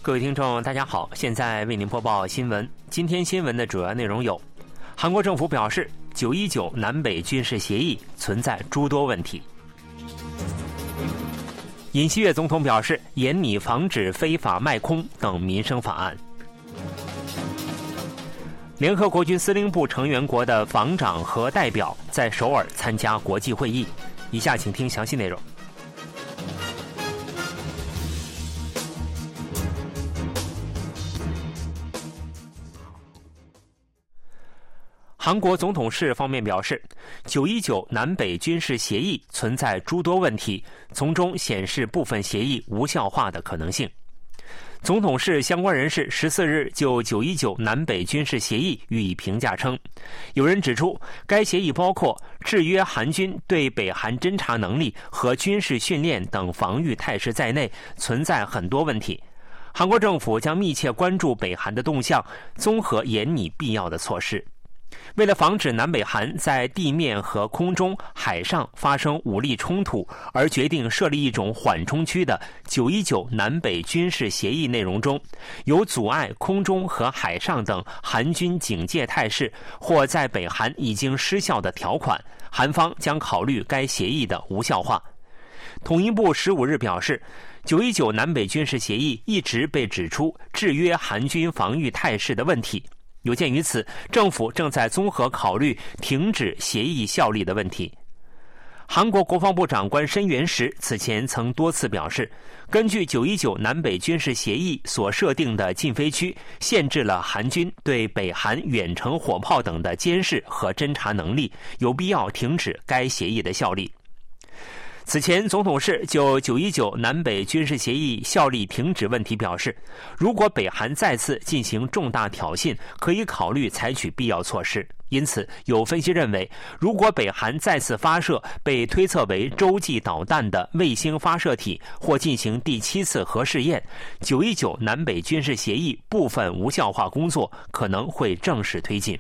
各位听众大家好，现在为您播报新闻。今天新闻的主要内容有：韩国政府表示919南北军事协议存在诸多问题；尹锡悦总统表示严拟防止非法卖空等民生法案；联合国军司令部成员国的防长和代表在首尔参加国际会议。以下请听详细内容。韩国总统室方面表示，919南北军事协议存在诸多问题，从中显示部分协议无效化的可能性。总统室相关人士14日就919南北军事协议予以评价称，有人指出，该协议包括制约韩军对北韩侦察能力和军事训练等防御态势在内，存在很多问题。韩国政府将密切关注北韩的动向，综合严拟必要的措施。为了防止南北韩在地面和空中、海上发生武力冲突，而决定设立一种缓冲区的919南北军事协议内容中，有阻碍空中和海上等韩军警戒态势或在北韩已经失效的条款，韩方将考虑该协议的无效化。统一部15日表示，919南北军事协议一直被指出制约韩军防御态势的问题。有鉴于此，政府正在综合考虑停止协议效力的问题。韩国国防部长官申元实此前曾多次表示，根据919南北军事协议所设定的禁飞区，限制了韩军对北韩远程火炮等的监视和侦察能力，有必要停止该协议的效力。此前，总统室就919南北军事协议效力停止问题表示，如果北韩再次进行重大挑衅，可以考虑采取必要措施。因此，有分析认为，如果北韩再次发射被推测为洲际导弹的卫星发射体，或进行第7次核试验，919南北军事协议部分无效化工作可能会正式推进。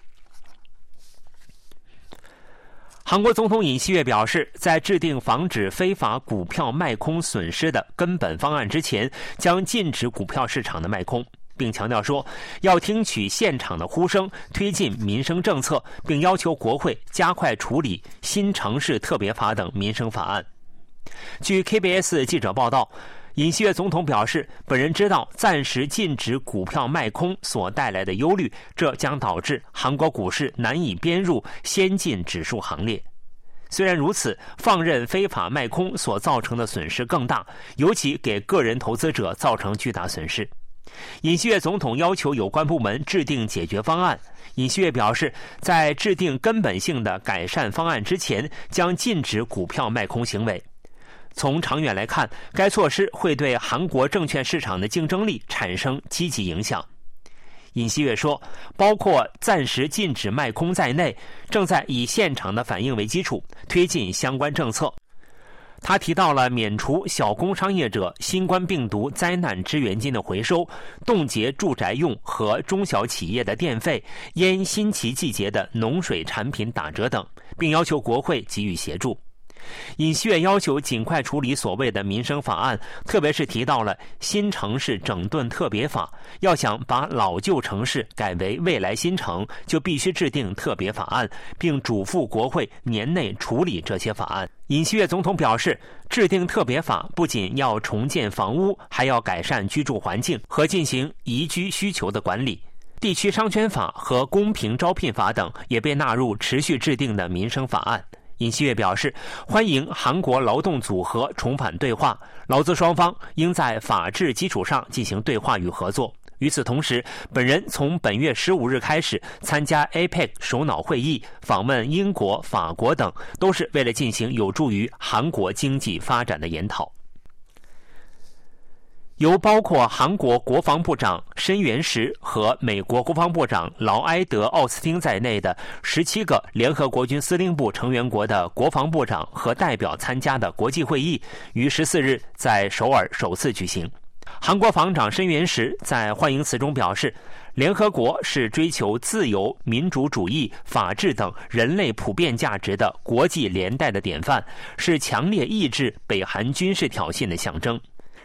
韩国总统尹锡悦表示，在制定防止非法股票卖空损失的根本方案之前，将禁止股票市场的卖空，并强调说，要听取现场的呼声，推进民生政策，并要求国会加快处理新城市特别法等民生法案。据 KBS 记者报道，尹锡悦总统表示，本人知道暂时禁止股票卖空所带来的忧虑，这将导致韩国股市难以编入先进指数行列。虽然如此，放任非法卖空所造成的损失更大，尤其给个人投资者造成巨大损失。尹锡悦总统要求有关部门制定解决方案。尹锡悦表示，在制定根本性的改善方案之前，将禁止股票卖空行为。从长远来看，该措施会对韩国证券市场的竞争力产生积极影响。尹锡悦说，包括暂时禁止卖空在内，正在以现场的反应为基础，推进相关政策。他提到了免除小工商业者新冠病毒灾难支援金的回收、冻结住宅用和中小企业的电费、烟新奇季节的农水产品打折等，并要求国会给予协助。尹锡悦要求尽快处理所谓的民生法案，特别是提到了新城市整顿特别法，要想把老旧城市改为未来新城，就必须制定特别法案，并嘱咐国会年内处理这些法案。尹锡悦总统表示，制定特别法不仅要重建房屋，还要改善居住环境和进行宜居需求的管理。地区商圈法和公平招聘法等也被纳入持续制定的民生法案。尹锡悦表示，欢迎韩国劳动组合重返对话，劳资双方应在法治基础上进行对话与合作。与此同时，本人从本月15日开始参加 APEC 首脑会议，访问英国、法国等，都是为了进行有助于韩国经济发展的研讨。由包括韩国国防部长申元实和美国国防部长劳埃德·奥斯汀在内的17个联合国军司令部成员国的国防部长和代表参加的国际会议于14日在首尔首次举行。韩国防长申元实在欢迎词中表示，联合国是追求自由、民主主义、法治等人类普遍价值的国际连带的典范，是强烈抑制北韩军事挑衅的象征。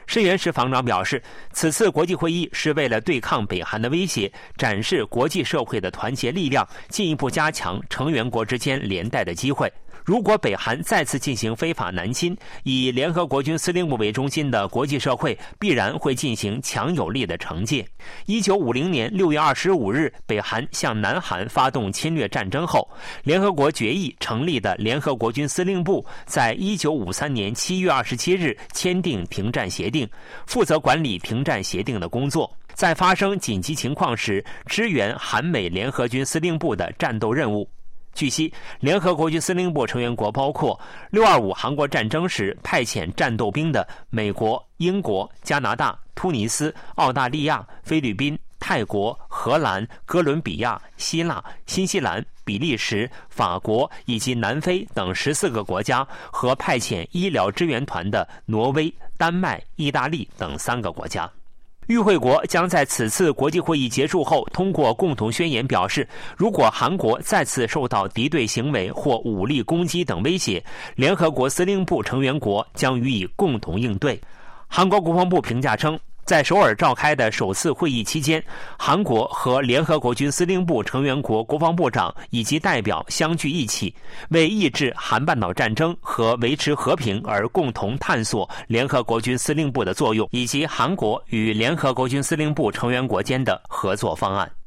申元实防长表示，此次国际会议是为了对抗北韩的威胁，展示国际社会的团结力量，进一步加强成员国之间连带的机会。如果北韩再次进行非法南侵，以联合国军司令部为中心的国际社会必然会进行强有力的惩戒。1950年6月25日，北韩向南韩发动侵略战争后，联合国决议成立的联合国军司令部在1953年7月27日签订停战协定，负责管理停战协定的工作，在发生紧急情况时支援韩美联合军司令部的战斗任务。据悉，联合国军司令部成员国包括625韩国战争时派遣战斗兵的美国、英国、加拿大、突尼斯、澳大利亚、菲律宾、泰国、荷兰、哥伦比亚、希腊、新西兰、比利时、法国以及南非等14个国家和派遣医疗支援团的挪威、丹麦、意大利等3个国家。与会国将在此次国际会议结束后通过共同宣言表示，如果韩国再次受到敌对行为或武力攻击等威胁，联合国司令部成员国将予以共同应对。韩国国防部评价称，在首尔召开的首次会议期间，韩国和联合国军司令部成员国国防部长以及代表相聚一起，为抑制韩半岛战争和维持和平而共同探索联合国军司令部的作用，以及韩国与联合国军司令部成员国间的合作方案。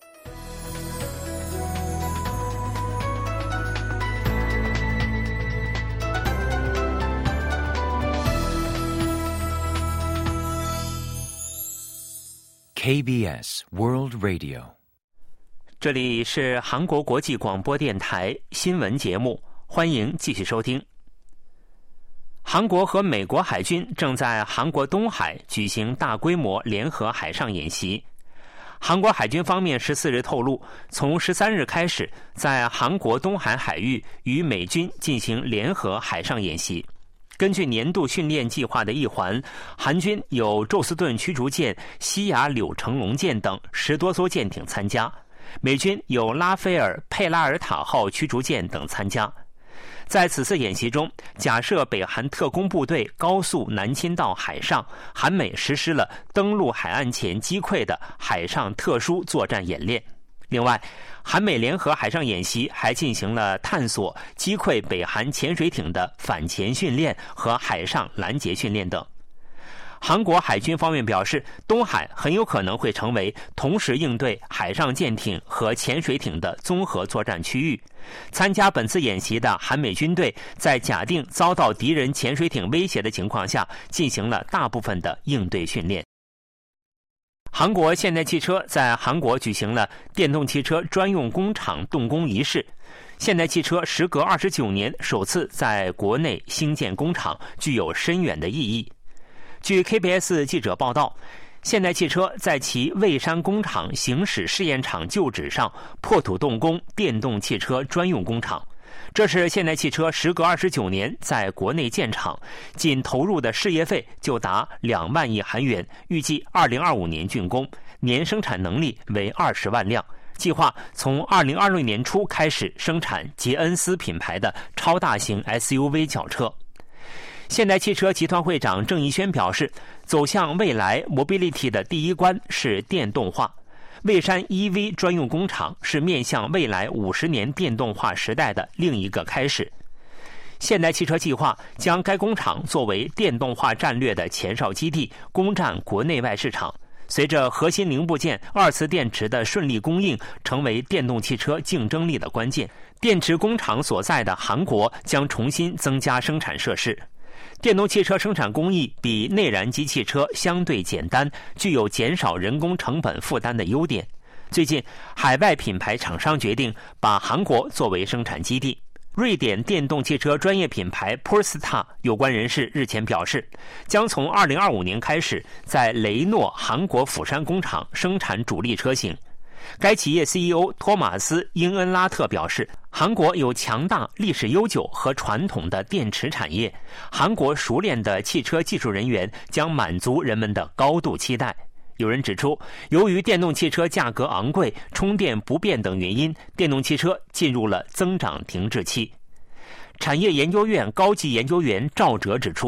KBS World Radio， 这里是韩国国际广播电台新闻节目，欢迎继续收听。韩国和美国海军正在韩国东海举行大规模联合海上演习。韩国海军方面14日透露，从13日开始，在韩国东海海域与美军进行联合海上演习。根据年度训练计划的一环，韩军有宙斯盾驱逐舰、西雅柳成龙舰等10多艘舰艇参加，美军有拉斐尔·佩拉尔塔号驱逐舰等参加。在此次演习中，假设北韩特工部队高速南侵到海上，韩美实施了登陆海岸前击溃的海上特殊作战演练。另外，韩美联合海上演习还进行了探索击溃北韩潜水艇的反潜训练和海上拦截训练等。韩国海军方面表示，东海很有可能会成为同时应对海上舰艇和潜水艇的综合作战区域。参加本次演习的韩美军队在假定遭到敌人潜水艇威胁的情况下，进行了大部分的应对训练。韩国现代汽车在韩国举行了电动汽车专用工厂动工仪式。现代汽车时隔29年首次在国内兴建工厂，具有深远的意义。据 KBS 记者报道，现代汽车在其蔚山工厂行驶试验场旧址上破土动工电动汽车专用工厂。这是现代汽车时隔29年在国内建厂，仅投入的事业费就达2万亿韩元，预计2025年竣工，年生产能力为20万辆。计划从2026年初开始生产捷恩斯品牌的超大型 SUV 轿车。现代汽车集团会长郑义轩表示，走向未来 Mobility 的第一关是电动化。蔚山 EV 专用工厂是面向未来50年电动化时代的另一个开始。现代汽车计划将该工厂作为电动化战略的前哨基地，攻占国内外市场。随着核心零部件二次电池的顺利供应成为电动汽车竞争力的关键，电池工厂所在的韩国将重新增加生产设施。电动汽车生产工艺比内燃机汽车相对简单，具有减少人工成本负担的优点。最近，海外品牌厂商决定把韩国作为生产基地。瑞典电动汽车专业品牌 Polestar 有关人士日前表示，将从2025年开始在雷诺韩国釜山工厂生产主力车型。该企业 CEO 托马斯·英恩拉特表示，韩国有强大历史悠久和传统的电池产业，韩国熟练的汽车技术人员将满足人们的高度期待。有人指出，由于电动汽车价格昂贵、充电不便等原因，电动汽车进入了增长停滞期。产业研究院高级研究员赵哲指出，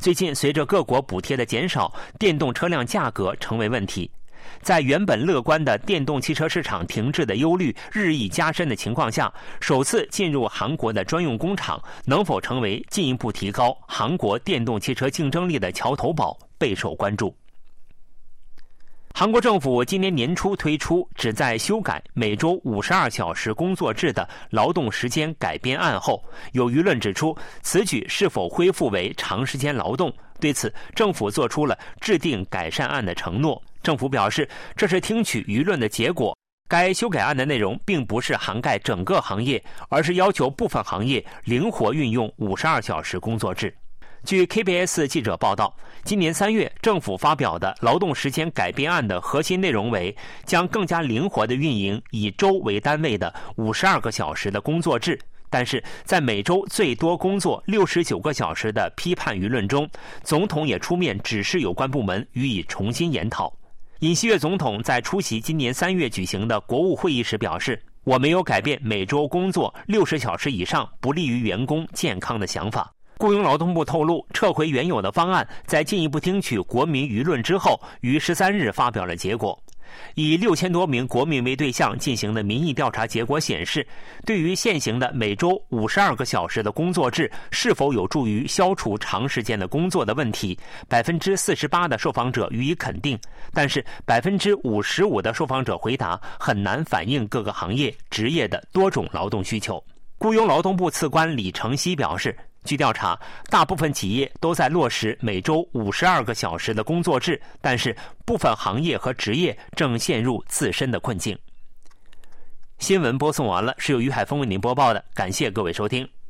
最近随着各国补贴的减少，电动车辆价格成为问题。在原本乐观的电动汽车市场停滞的忧虑日益加深的情况下，首次进入韩国的专用工厂能否成为进一步提高韩国电动汽车竞争力的桥头堡，备受关注。韩国政府今年年初推出旨在修改每周52小时工作制的劳动时间改编案后，有舆论指出此举是否恢复为长时间劳动。对此，政府做出了制定改善案的承诺。政府表示，这是听取舆论的结果。该修改案的内容并不是涵盖整个行业，而是要求部分行业灵活运用52小时工作制。据 KBS 记者报道，今年3月政府发表的劳动时间改编案的核心内容为将更加灵活地运营以周为单位的52个小时的工作制。但是在每周最多工作69个小时的批判舆论中，总统也出面指示有关部门予以重新研讨。尹锡悦总统在出席今年3月举行的国务会议时表示，我没有改变每周工作60小时以上不利于员工健康的想法。雇佣劳动部透露，撤回原有的方案，在进一步听取国民舆论之后，于13日发表了结果。以6000多名国民为对象进行的民意调查结果显示，对于现行的每周52个小时的工作制是否有助于消除长时间的工作的问题，48%的受访者予以肯定，但是55%的受访者回答很难反映各个行业职业的多种劳动需求。雇佣劳动部次官李承熙表示，据调查，大部分企业都在落实每周52个小时的工作制，但是部分行业和职业正陷入自身的困境。新闻播送完了，是由于海峰为您播报的，感谢各位收听。